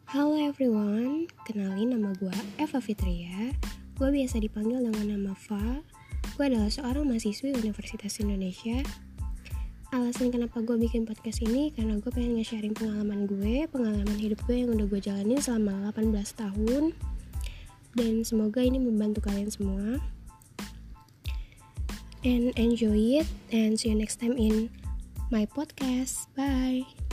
Halo everyone, kenalin nama gue Eva Fitria. Gue biasa dipanggil dengan nama Fa. Gue adalah seorang mahasiswi Universitas Indonesia. Alasan kenapa gue bikin podcast ini karena gue pengen nge-sharing pengalaman hidup gue yang udah gue jalanin selama 18 tahun. Dan semoga ini membantu kalian semua. And enjoy it and see you next time in my podcast. Bye.